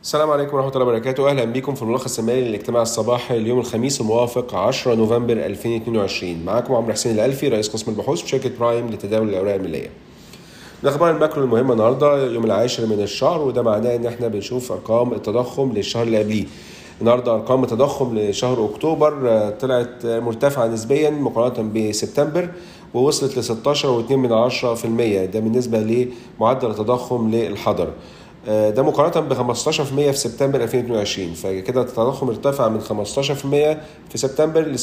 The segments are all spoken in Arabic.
السلام عليكم ورحمة الله وبركاته. أهلا بكم في الملخص المالي للاجتماع الصباحي اليوم الخميس الموافق 10 نوفمبر 2022. معكم عمرو حسين الألفي رئيس قسم البحوث بشركة برايم لتداول الأوراق المالية. من أخبار الماكرو المهمة النهاردة يوم العاشر من الشهر، وده معناه إن احنا بنشوف أرقام التضخم للشهر اللي قبليه. النهارده أرقام التضخم لشهر أكتوبر طلعت مرتفعة نسبيا مقارنة بسبتمبر، ووصلت ل 16.2%. ده بالنسبة لمعدل التضخم للحضر. ده مقارنة ب 15% في سبتمبر 2022، فكده التضخم ارتفع من 15% في سبتمبر ل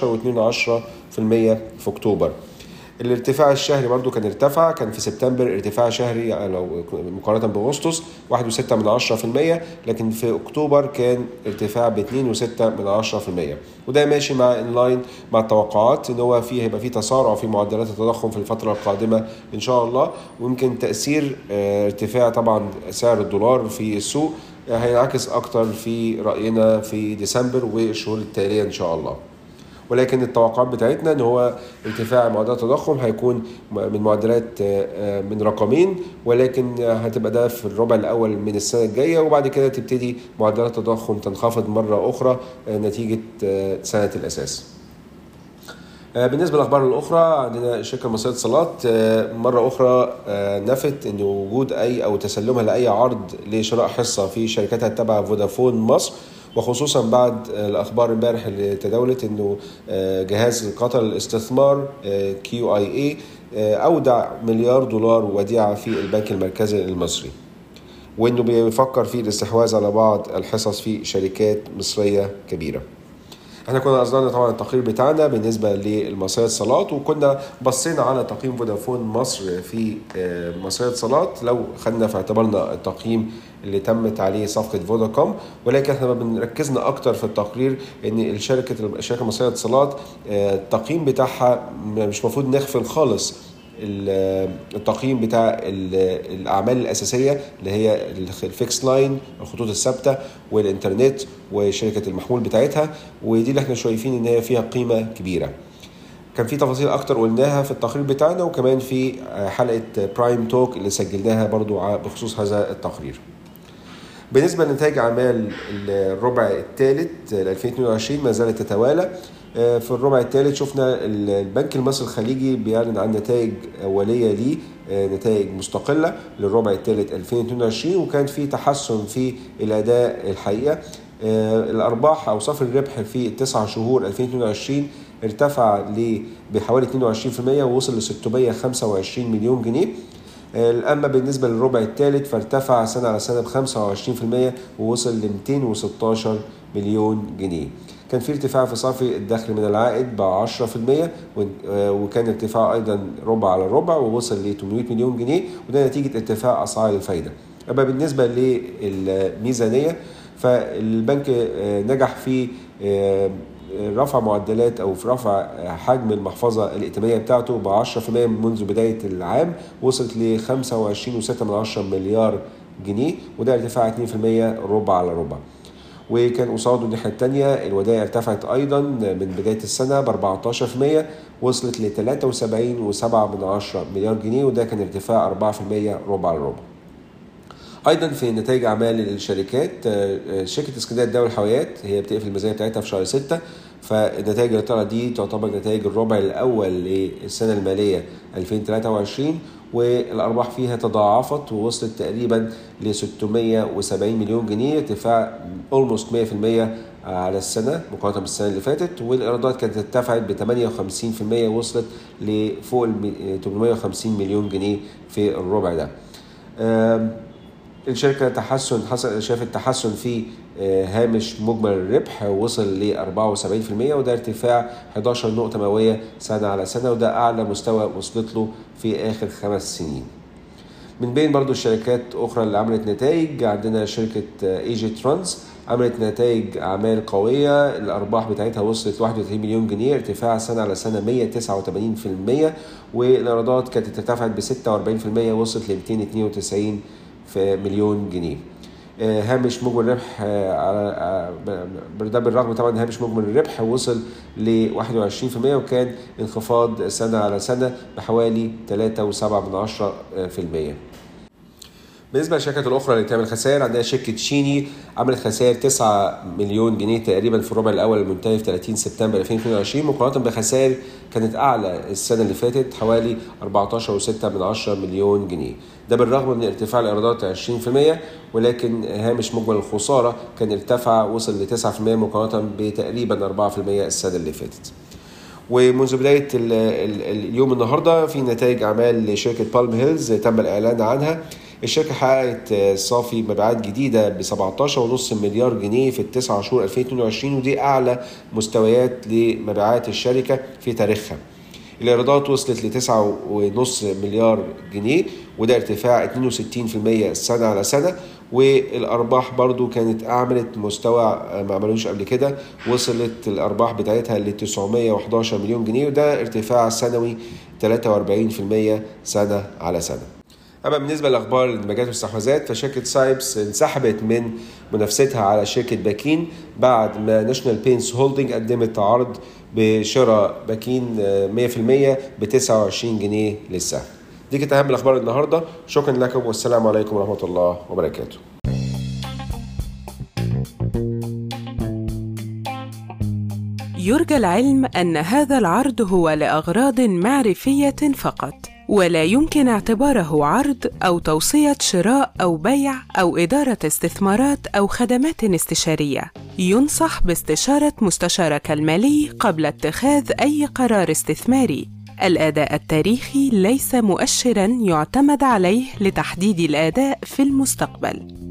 16.2% في أكتوبر. الارتفاع الشهري برضو كان في سبتمبر ارتفاع شهري لو مقارنة بأغسطس 1.6%، لكن في أكتوبر كان ارتفاع ب 2.6%، وده ماشي مع انلاين مع التوقعات ان هو هيبقى فيه تسارع في معدلات التضخم في الفترة القادمة ان شاء الله. ويمكن تأثير ارتفاع طبعا سعر الدولار في السوق هينعكس اكتر في رأينا في ديسمبر والشهور التالية ان شاء الله. ولكن التوقعات بتاعتنا ان هو ارتفاع معدلات التضخم هيكون من معدلات من رقمين، ولكن هتبقى ده في الربع الاول من السنه الجايه، وبعد كده تبتدي معدلات التضخم تنخفض مره اخرى نتيجه سنه الاساس. بالنسبة للأخبار الأخرى، عندنا الشركة المصرية للاتصالات مرة أخرى نفت أن وجود أو تسلمها لأي عرض لشراء حصة في شركتها التابعة فودافون مصر، وخصوصا بعد الأخبار امبارح اللي تداولت أنه جهاز قطر للاستثمار QIA أودع مليار دولار وديعة في البنك المركزي المصري، وأنه بيفكر في الاستحواذ على بعض الحصص في شركات مصرية كبيرة. احنا كنا اصدرنا طبعا التقرير بتاعنا بالنسبه للمصرية للاتصالات، وكنا بصينا على تقييم فودافون مصر في مصرية للاتصالات لو خدنا في اعتبارنا التقييم اللي تمت عليه صفقه فوداكوم. ولكن احنا بنركزنا اكتر في التقرير ان الشركه المصرية للاتصالات التقييم بتاعها مش مفروض نغفل خالص التقييم بتاع الاعمال الاساسيه اللي هي الفيكس لاين، الخطوط الثابته والانترنت وشركه المحمول بتاعتها، ودي اللي احنا شايفين ان هي فيها قيمه كبيره. كان في تفاصيل اكتر قلناها في التقرير بتاعنا، وكمان في حلقه برايم توك اللي سجلناها برضو بخصوص هذا التقرير. بالنسبه لنتائج اعمال الربع الثالث ل 2022 ما زالت تتوالى. في الربع الثالث شفنا البنك المصري الخليجي بيعلن عن نتائج أولية ليه، نتائج مستقلة للربع الثالث 2022، وكان في تحسن في الأداء الحقيقة. الأرباح أو صافي الربح في 9 شهور 2022 ارتفع بحوالي 22% ووصل ل 625 مليون جنيه. أما بالنسبة للربع الثالث فارتفع سنة على سنة ب 25% ووصل ل 216 مليون جنيه. كان في ارتفاع في صافي الدخل من العائد ب 10%، وكان ارتفاع أيضا ربع على ربع ووصل ل 800 مليون جنيه، وده نتيجة ارتفاع أسعار الفايدة. أما بالنسبة للميزانية فالبنك نجح في رفع معدلات أو في رفع حجم المحفظة الائتمانية بتاعته ب 10% منذ بداية العام، وصلت ل 25.6 مليار جنيه، وده ارتفاع 2% ربع على ربع. وكان قصاده الناحية التانية الودائع ارتفعت أيضا من بداية السنة ب 14%، وصلت ل 73.7 مليار جنيه، وده كان ارتفاع 4% ربع على ربع. ايضا في نتائج اعمال الشركات، شركه اسكندريه الدولة الحاويات هي بتقفل الميزانيه بتاعتها في شهر 6، فالنتائج اللي طلعت دي تعتبر نتائج الربع الاول للسنه الماليه 2023، والارباح فيها تضاعفت ووصلت تقريبا ل 670 مليون جنيه، ارتفاع almost 100% على السنه مقارنه بالسنه اللي فاتت. والايرادات كانت ارتفعت ب 58% ووصلت لفوق 850 مليون جنيه في الربع ده. الشركة شافت تحسن في هامش مجمل الربح وصل ل 74%، وده ارتفاع 11 نقطة مئوية سنة على سنة، وده أعلى مستوى وصلت له في آخر 5 سنين. من بين برضو الشركات أخرى اللي عملت نتائج، عندنا شركة ايجي ترانس عملت نتائج أعمال قوية، الأرباح بتاعتها وصلت 31 مليون جنيه، ارتفاع سنة على سنة 189%، والإيرادات كانت ارتفعت ب 46% وصلت ل 292 مليون جنيه. هامش مجمل الربح ده بالرغم طبعا هامش مجمل الربح وصل ل 21%، وكان انخفاض سنة على سنة بحوالي 3.7%. بالنسبة للشركات الأخرى اللي بتعمل خسائر، عندنا شركة شيني عملت خسائر 9 مليون جنيه تقريبا في الربع الأول المنتهي في 30 سبتمبر 2022 مقارنة بخسائر كانت أعلى السنة اللي فاتت حوالي 14.6 مليون جنيه. ده بالرغم من ارتفاع الإيرادات 20%، ولكن هامش مجمل الخسارة كان ارتفع وصل ل 9% مقارنة بتقريبا 4% السنة اللي فاتت. ومنذ بداية اليوم النهاردة في نتائج أعمال لشركة بالم هيلز تم الإعلان عنها. الشركة حققت صافي مبيعات جديدة ب 17.5 مليار جنيه في التسع شهور 2022، ودي أعلى مستويات لمبيعات الشركة في تاريخها. الإيرادات وصلت ل 9.5 مليار جنيه، وده ارتفاع 62% سنة على سنة. والأرباح برضو كانت عملت مستوى ما عملوش قبل كده، وصلت الأرباح بتاعتها ل 911 مليون جنيه، وده ارتفاع سنوي 43% سنة على سنة. أما بالنسبة لأخبار الاندماجات والاستحواذات، فشركة سايبس انسحبت من منافستها على شركة باكين بعد ما ناشونال بينتس هولدنج قدمت عرض بشراء باكين 100% ب 29 جنيه للسهم. دي كانت أهم الأخبار النهاردة. شكرا لكم والسلام عليكم ورحمة الله وبركاته. يرجى العلم أن هذا العرض هو لأغراض معرفية فقط، ولا يمكن اعتباره عرض أو توصية شراء أو بيع أو إدارة استثمارات أو خدمات استشارية. ينصح باستشارة مستشارك المالي قبل اتخاذ أي قرار استثماري. الأداء التاريخي ليس مؤشراً يعتمد عليه لتحديد الأداء في المستقبل.